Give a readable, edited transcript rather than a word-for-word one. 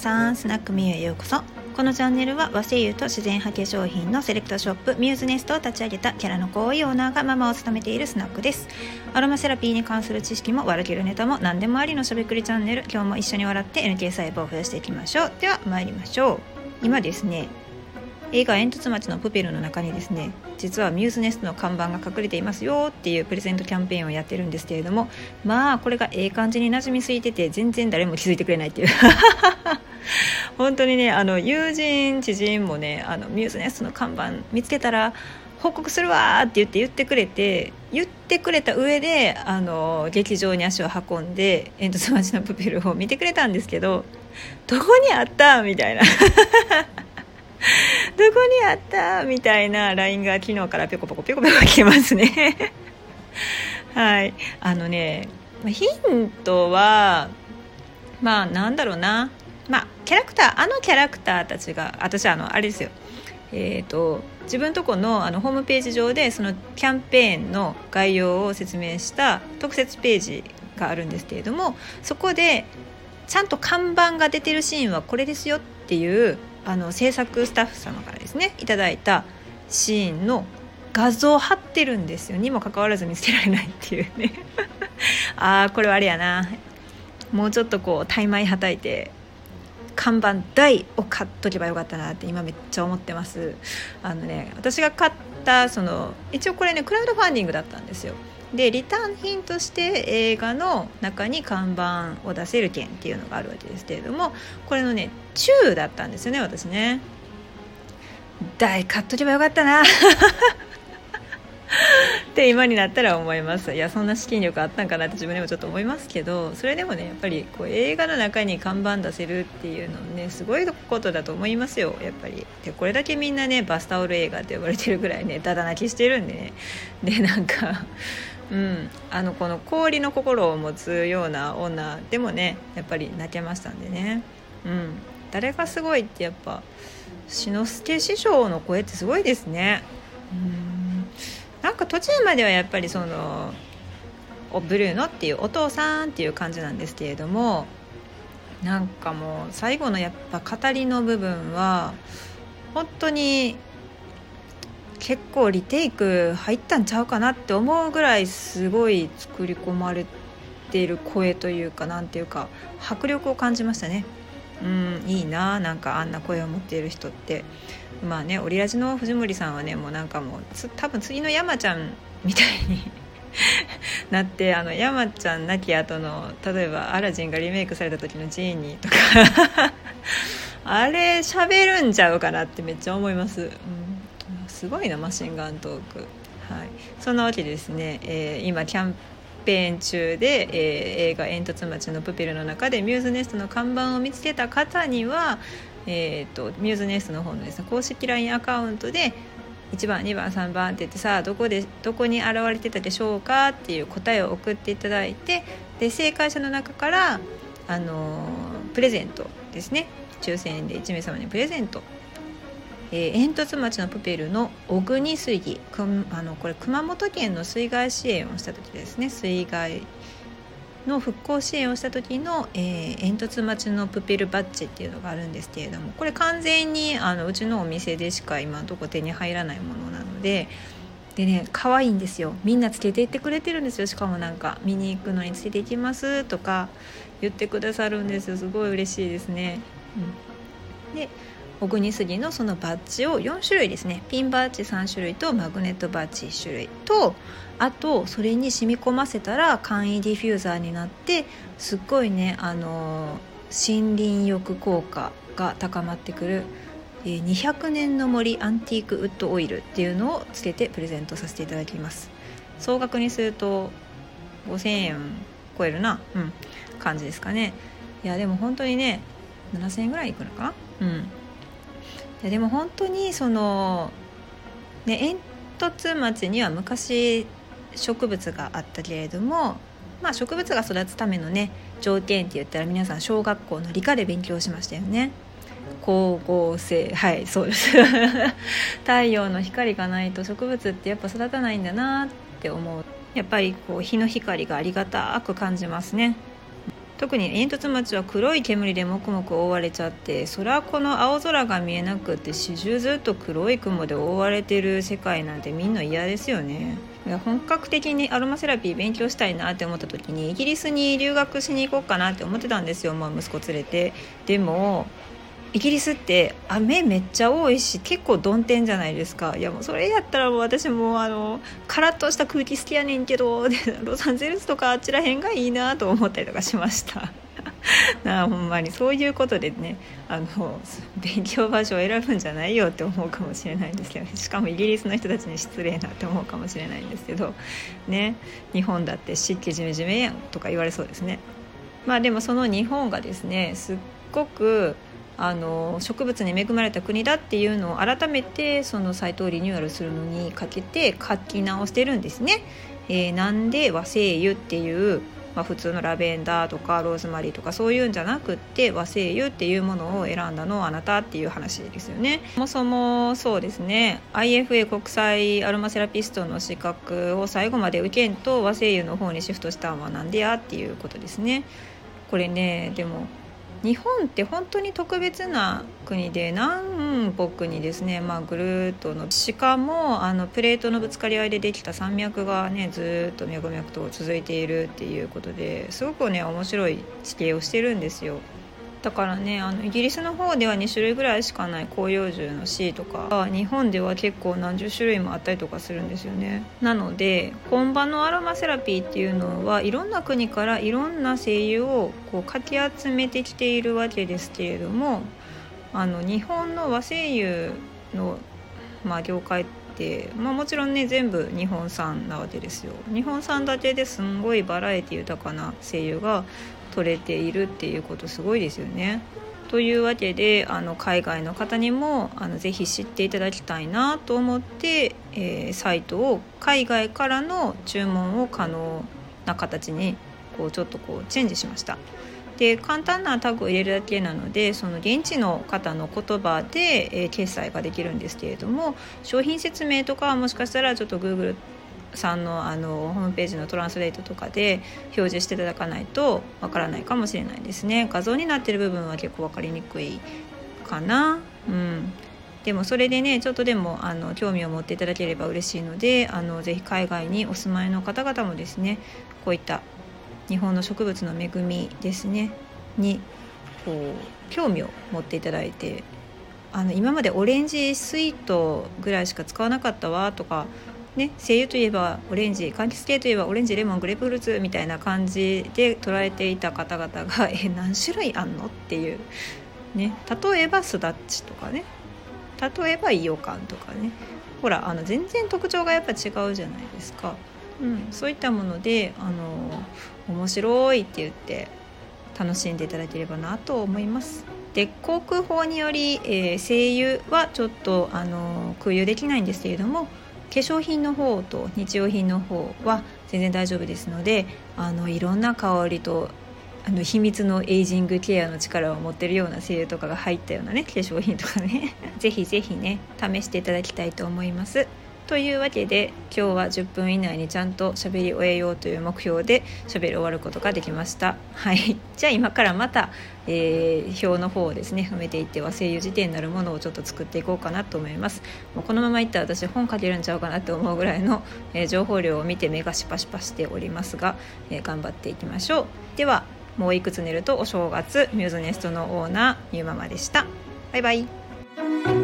さん、スナックミューへようこそ。このチャンネルは和製油と自然派化粧品のセレクトショップミューズネストを立ち上げたキャラの濃いオーナーがママを務めているスナックです。アロマセラピーに関する知識も笑けるネタも何でもありのしゃべくりチャンネル。今日も一緒に笑って NK 細胞を増やしていきましょう。では参りましょう。今ですね、映画煙突町のプペルの中にですね、実はミューズネストの看板が隠れていますよっていうプレゼントキャンペーンをやってるんですけれども、まあこれが感じに馴染みすぎてて全然誰も気づいてくれないっていう本当にね、友人知人もね、ミューズネストの看板見つけたら報告するわって言ってくれた上で劇場に足を運んで煙突町のプペルを見てくれたんですけど、どこにあったみたいなどこにあったみたいな LINE が昨日からペコペコ来てますねはい、ヒントはなんだろうな、キャラクターたちが、私あれですよ、自分とこのホームページ上でそのキャンペーンの概要を説明した特設ページがあるんですけれども、そこでちゃんと看板が出てるシーンはこれですよっていう制作スタッフ様からですねいただいたシーンの画像を貼ってるんですよ。にもかかわらず見つけられないっていうねこれはあれやな、もうちょっとこうタイマイはたいて看板大を買っとけばよかったなって今めっちゃ思ってます。私が買った一応これねクラウドファンディングだったんですよ。でリターン品として映画の中に看板を出せる券っていうのがあるわけですけれども、これのね中だったんですよね。私ね大買っとけばよかったなって今になったら思います。いや、そんな資金力あったんかなって自分でもちょっと思いますけど、それでもねやっぱりこう映画の中に看板出せるっていうのねすごいことだと思いますよ、やっぱり。でこれだけみんなねバスタオル映画って呼ばれてるぐらいねダダ泣きしてるんでね。でなんかこの氷の心を持つような女でもねやっぱり泣けましたんでね。誰がすごいってやっぱ志の輔師匠の声ってすごいですね。なんか途中まではやっぱりブルーノっていうお父さんっていう感じなんですけれども、なんかもう最後のやっぱ語りの部分は本当に結構リテイク入ったんちゃうかなって思うぐらいすごい作り込まれている声というか、なんていうか迫力を感じましたね。いいな、なんかあんな声を持っている人って。オリラジの藤森さんはねもうなんかもう多分次の山ちゃんみたいになって山ちゃん亡き後の例えばアラジンがリメイクされた時のジーニーとかあれ喋るんちゃうかなってめっちゃ思います。すごいなマシンガントーク。そんなわけでですね、今キャンペーン中で、映画煙突町のプペルの中でミューズネストの看板を見つけた方にはミューズネストの方のですね公式 LINE アカウントで1番2番3番って言ってさどこに現れてたでしょうかっていう答えを送っていただいて、で正解者の中からプレゼントですね、抽選で1名様にプレゼント、煙突町のプペルの小国杉、これ熊本県の水害支援をした時ですね、水害の復興支援をした時の、煙突町のプペルバッジっていうのがあるんですけれども、これ完全にうちのお店でしか今のとこ手に入らないものなのでね可愛いんですよ。みんなつけていってくれてるんですよ。しかもなんか見に行くのにつけていきますとか言ってくださるんですよ。すごい嬉しいですね。で小国杉のそのバッジを4種類ですね、ピンバッジ3種類とマグネットバッジ1種類と、あとそれに染み込ませたら簡易ディフューザーになってすっごいね森林浴効果が高まってくる、200年の森アンティークウッドオイルっていうのをつけてプレゼントさせていただきます。総額にすると5000円超えるな、感じですかね。いやでも本当にね7000円ぐらいいくのかな。いやでも本当に煙突町には昔植物があったけれども、植物が育つためのね条件って言ったら皆さん小学校の理科で勉強しましたよね。光合成、はいそうです太陽の光がないと植物ってやっぱ育たないんだなって思う。やっぱりこう日の光がありがたく感じますね。 特に煙突町は黒い煙でもくもく覆われちゃって、それはこの青空が見えなくって始終ずっと黒い雲で覆われてる世界なんてみんな嫌ですよね。本格的にアロマセラピー勉強したいなって思った時にイギリスに留学しに行こうかなって思ってたんですよ、息子連れて。でもイギリスって雨めっちゃ多いし結構曇天じゃないですか。いやもうそれやったらもう私もカラッとした空気好きやねんけど、でロサンゼルスとかあちらへんがいいなと思ったりとかしましたなあ、ほんまにそういうことでね、勉強場所を選ぶんじゃないよって思うかもしれないんですけど、しかもイギリスの人たちに失礼なって思うかもしれないんですけどね、日本だって湿気ジメジメやんとか言われそうですね。でもその日本がですね、すっごく植物に恵まれた国だっていうのを改めてそのサイトをリニューアルするのにかけて書き直してるんですね。なんで和精油っていう、普通のラベンダーとかローズマリーとかそういうんじゃなくって和精油っていうものを選んだのはあなたっていう話ですよね。そもそもそうですね、 IFA 国際アロマセラピストの資格を最後まで受けんと和精油の方にシフトしたのはなんでやっていうことですね。これね、でも日本って本当に特別な国で、南北にですね、ぐるっとの、しかもプレートのぶつかり合いでできた山脈がねずっと脈々と続いているっていうことですごくね面白い地形をしてるんですよ。だからね、イギリスの方では2種類ぐらいしかない広葉樹の C とか日本では結構何十種類もあったりとかするんですよね。なので本場のアロマセラピーっていうのはいろんな国からいろんな精油をかき集めてきているわけですけれども、日本の和精油の、業界ってもちろんね全部日本産なわけですよ。日本産だけですんごいバラエティ豊かな精油が取れているっていうことすごいですよね。というわけで海外の方にもぜひ知っていただきたいなと思って、サイトを海外からの注文を可能な形にちょっとチェンジしました。で簡単なタグを入れるだけなのでその現地の方の言葉で、決済ができるんですけれども、商品説明とかはもしかしたらちょっと Googleさんの、ホームページのトランスレートとかで表示していただかないとわからないかもしれないですね。画像になっている部分は結構わかりにくいかな。でもそれでねちょっとでも興味を持っていただければ嬉しいのでぜひ海外にお住まいの方々もですね、こういった日本の植物の恵みですねに興味を持っていただいて、今までオレンジスイートぐらいしか使わなかったわとかね、精油といえばオレンジ、柑橘系といえばオレンジ、レモン、グレープフルーツみたいな感じで捉えていた方々が何種類あんのっていう、ね、例えばスダッチとかね、例えばイオカンとかね、ほら全然特徴がやっぱ違うじゃないですか。そういったもので面白いって言って楽しんでいただければなと思います。で航空法により、精油はちょっと空輸できないんですけれども、化粧品の方と日用品の方は全然大丈夫ですので、いろんな香りと秘密のエイジングケアの力を持ってるような精油とかが入ったようなね化粧品とかねぜひぜひね試していただきたいと思います。というわけで今日は10分以内にちゃんと喋り終えようという目標で喋り終わることができました。はい、じゃあ今からまた、表の方をですね埋めていっては精油辞典になるものをちょっと作っていこうかなと思います。もうこのままいったら私本書けるんちゃうかなと思うぐらいの、情報量を見て目がシパシパしておりますが、頑張っていきましょう。ではもういくつ寝るとお正月ミューズネストのオーナーミューママでした。バイバイ。